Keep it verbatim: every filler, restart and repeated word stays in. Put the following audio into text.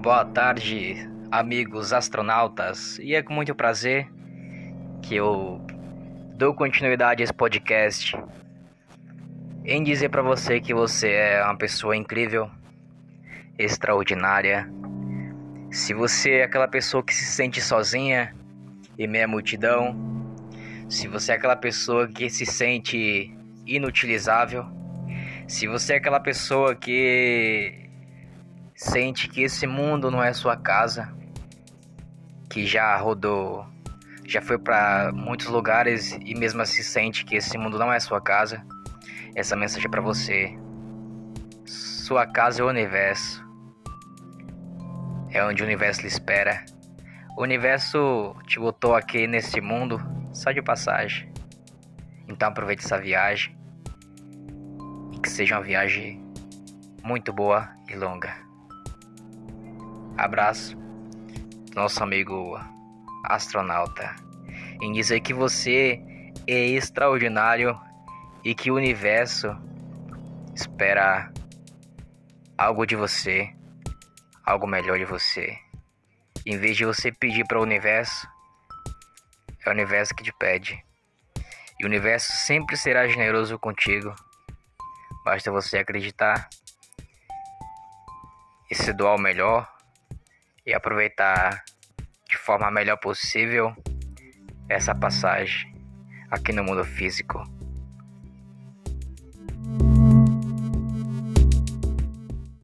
Boa tarde, amigos astronautas, e é com muito prazer que eu dou continuidade a esse podcast em dizer para você que você é uma pessoa incrível, extraordinária. Se você é aquela pessoa que se sente sozinha em meio à multidão, se você é aquela pessoa que se sente inutilizável, se você é aquela pessoa que sente que esse mundo não é sua casa, que já rodou, já foi para muitos lugares e mesmo assim sente que esse mundo não é sua casa, essa mensagem é para você. Sua casa é o universo. É onde o universo lhe espera. O universo te botou aqui nesse mundo só de passagem. Então aproveite essa viagem. E que seja uma viagem muito boa e longa. Abraço do nosso amigo astronauta. Em dizer que você é extraordinário e que o universo espera algo de você, algo melhor de você. Em vez de você pedir para o universo, é o universo que te pede. E o universo sempre será generoso contigo. Basta você acreditar e se doar o melhor e aproveitar de forma melhor possível essa passagem aqui no mundo físico.